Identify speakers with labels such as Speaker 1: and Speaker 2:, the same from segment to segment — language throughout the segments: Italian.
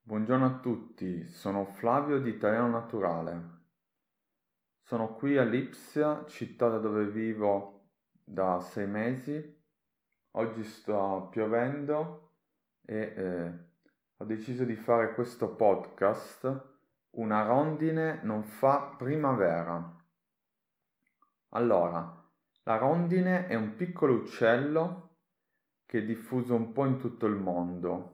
Speaker 1: Buongiorno a tutti, sono Flavio di Italiano Naturale. Sono qui a Lipsia, città da dove vivo da 6 mesi. Oggi sta piovendo e ho deciso di fare questo podcast. Una rondine non fa primavera. Allora, la rondine è un piccolo uccello che è diffuso un po' in tutto il mondo.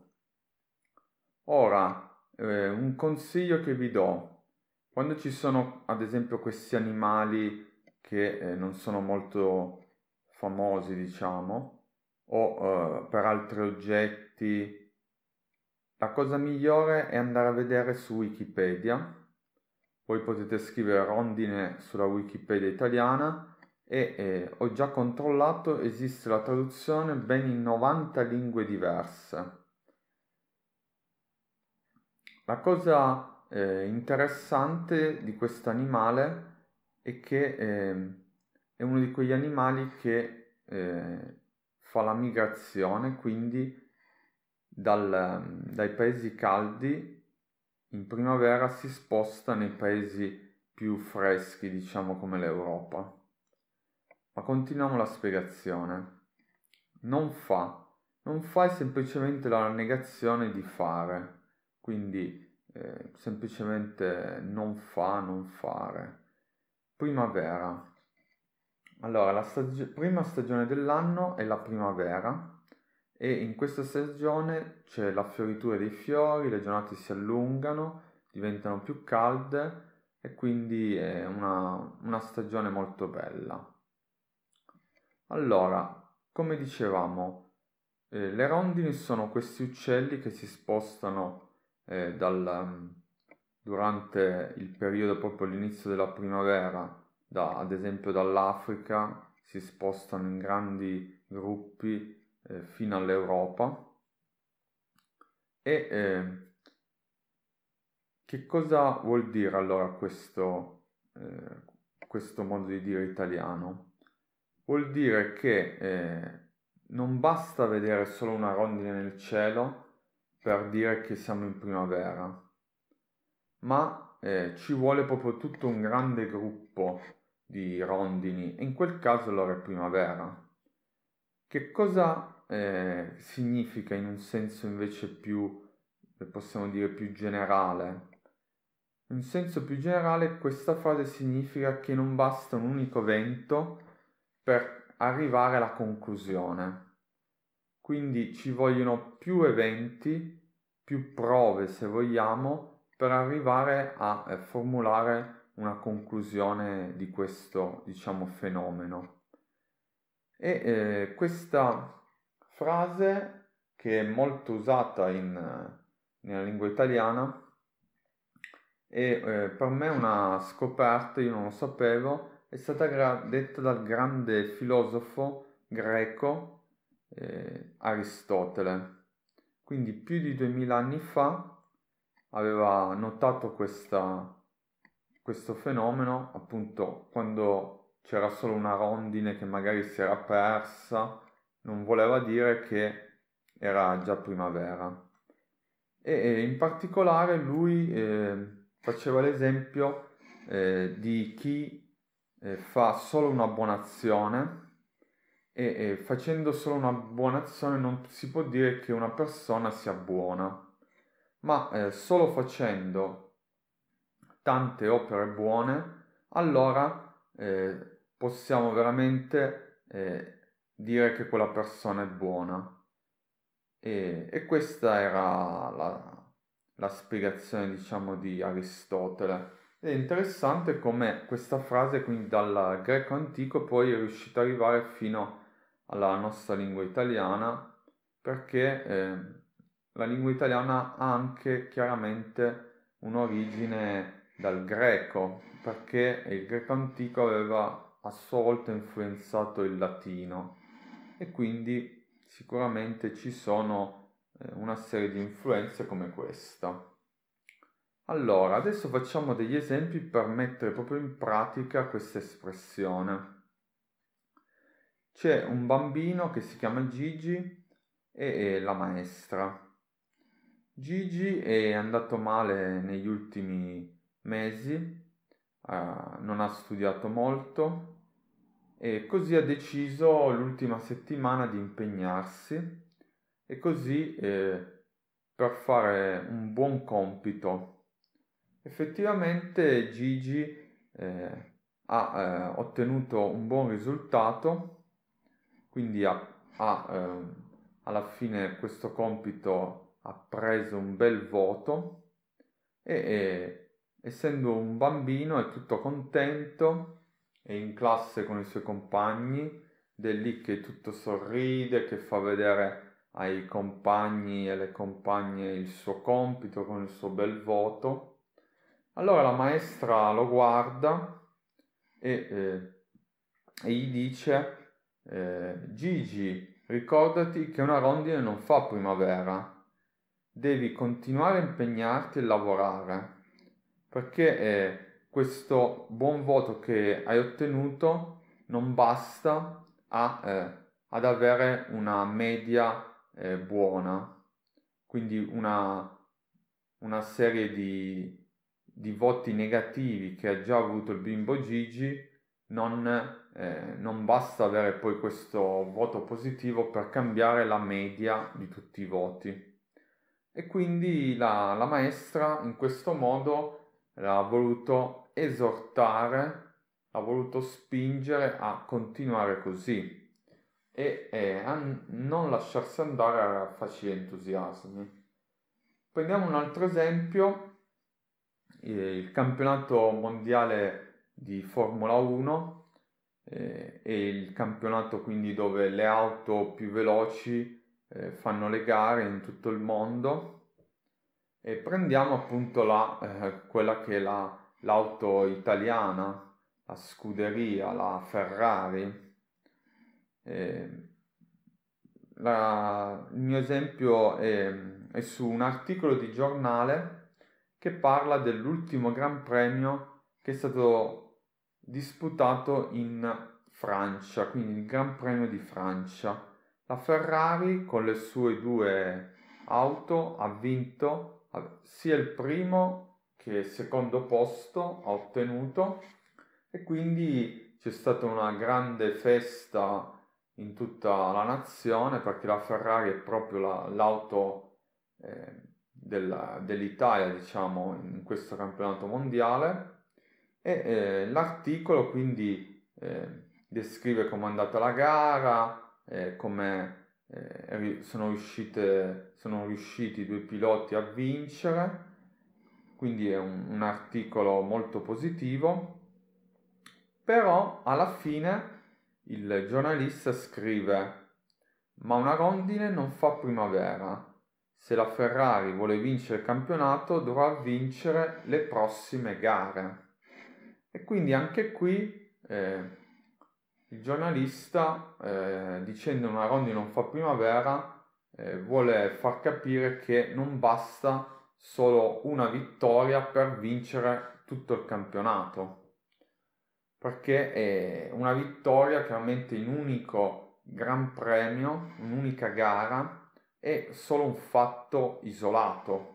Speaker 1: Ora, un consiglio che vi do, quando ci sono ad esempio questi animali che non sono molto famosi, diciamo, o per altri oggetti, la cosa migliore è andare a vedere su Wikipedia. Voi potete scrivere rondine sulla Wikipedia italiana e ho già controllato, esiste la traduzione ben in 90 lingue diverse. La cosa interessante di questo animale è che è uno di quegli animali che fa la migrazione, quindi dai paesi caldi in primavera si sposta nei paesi più freschi, diciamo come l'Europa. Ma continuiamo la spiegazione. Non fa. Non fa è semplicemente la negazione di fare. Quindi semplicemente non fa, non fare. Primavera. Allora, la prima stagione dell'anno è la primavera e in questa stagione c'è la fioritura dei fiori, le giornate si allungano, diventano più calde e quindi è una stagione molto bella. Allora, come dicevamo, le rondini sono questi uccelli che si spostano durante il periodo proprio all'inizio della primavera, ad esempio dall'Africa, si spostano in grandi gruppi fino all'Europa. E che cosa vuol dire allora questo modo di dire italiano? Vuol dire che non basta vedere solo una rondine nel cielo per dire che siamo in primavera, ma ci vuole proprio tutto un grande gruppo di rondini e in quel caso allora è primavera. Che cosa significa in un senso invece più, possiamo dire, più generale? In senso più generale questa frase significa che non basta un unico evento per arrivare alla conclusione. Quindi ci vogliono più eventi, più prove se vogliamo, per arrivare a formulare una conclusione di questo, diciamo, fenomeno. E questa frase, che è molto usata nella lingua italiana, è per me una scoperta, io non lo sapevo, è stata detta dal grande filosofo greco Aristotele. Quindi più di 2000 anni fa aveva notato questo fenomeno, appunto quando c'era solo una rondine che magari si era persa, non voleva dire che era già primavera. E in particolare lui faceva l'esempio di chi fa solo una buona azione e facendo solo una buona azione non si può dire che una persona sia buona, ma solo facendo tante opere buone, allora possiamo veramente dire che quella persona è buona. E questa era la spiegazione, diciamo, di Aristotele. Ed è interessante come questa frase, quindi dal greco antico, poi è riuscita ad arrivare fino alla nostra lingua italiana, perché la lingua italiana ha anche chiaramente un'origine dal greco, perché il greco antico aveva a sua volta influenzato il latino e quindi sicuramente ci sono una serie di influenze come questa. Allora, adesso facciamo degli esempi per mettere proprio in pratica questa espressione. C'è un bambino che si chiama Gigi e la maestra. Gigi è andato male negli ultimi mesi, non ha studiato molto e così ha deciso l'ultima settimana di impegnarsi e così per fare un buon compito. Effettivamente Gigi ha ottenuto un buon risultato, quindi alla fine questo compito ha preso un bel voto e essendo un bambino è tutto contento, è in classe con i suoi compagni ed è lì che tutto sorride, che fa vedere ai compagni e alle compagne il suo compito con il suo bel voto. Allora la maestra lo guarda e gli dice, Gigi, ricordati che una rondine non fa primavera, devi continuare a impegnarti e lavorare, perché questo buon voto che hai ottenuto non basta ad avere una media buona, quindi una serie di voti negativi che ha già avuto il bimbo Gigi, non basta avere poi questo voto positivo per cambiare la media di tutti i voti. E quindi la maestra in questo modo l'ha voluto esortare, ha voluto spingere a continuare così e a non lasciarsi andare a facili entusiasmi. Prendiamo un altro esempio, il campionato mondiale di Formula 1 è il campionato quindi dove le auto più veloci fanno le gare in tutto il mondo e prendiamo appunto quella che è l'auto italiana, la Scuderia, la Ferrari. Eh, il mio esempio è su un articolo di giornale che parla dell'ultimo Gran Premio che è stato disputato in Francia, quindi il Gran Premio di Francia. La Ferrari con le sue due auto ha vinto sia il primo che il secondo posto ha ottenuto e quindi c'è stata una grande festa in tutta la nazione perché la Ferrari è proprio l'auto dell'Italia, diciamo, in questo campionato mondiale e l'articolo quindi descrive come è andata la gara, come sono riusciti i due piloti a vincere, quindi è un articolo molto positivo, però alla fine il giornalista scrive: ma una rondine non fa primavera. Se la Ferrari vuole vincere il campionato, dovrà vincere le prossime gare. E quindi anche qui il giornalista, dicendo una rondine non fa primavera, vuole far capire che non basta solo una vittoria per vincere tutto il campionato, perché una vittoria chiaramente in un unico Gran Premio, un'unica gara, è solo un fatto isolato.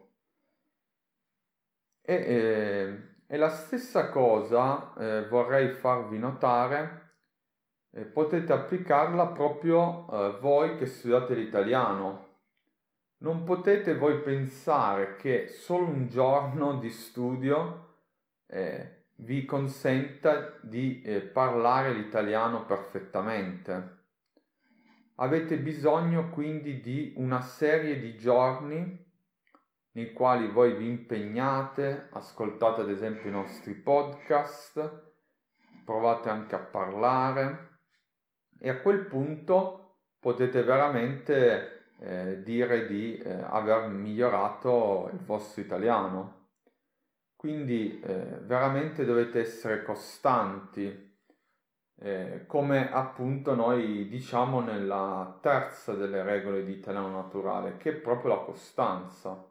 Speaker 1: E la stessa cosa vorrei farvi notare, potete applicarla proprio voi che studiate l'italiano. Non potete voi pensare che solo un giorno di studio vi consenta di parlare l'italiano perfettamente. Avete bisogno quindi di una serie di giorni nei quali voi vi impegnate, ascoltate ad esempio i nostri podcast, provate anche a parlare e a quel punto potete veramente dire di aver migliorato il vostro italiano. Quindi veramente dovete essere costanti, come appunto noi diciamo nella terza delle regole di italiano naturale, che è proprio la costanza.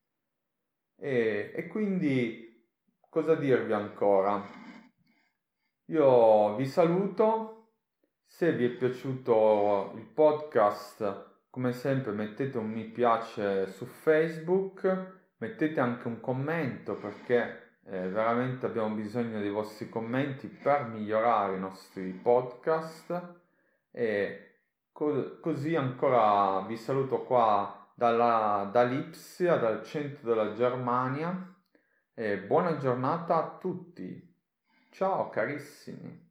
Speaker 1: E quindi cosa dirvi ancora? Io vi saluto, se vi è piaciuto il podcast come sempre mettete un mi piace su Facebook, mettete anche un commento perché veramente abbiamo bisogno dei vostri commenti per migliorare i nostri podcast e così ancora vi saluto qua da Lipsia, dal centro della Germania e buona giornata a tutti. Ciao carissimi.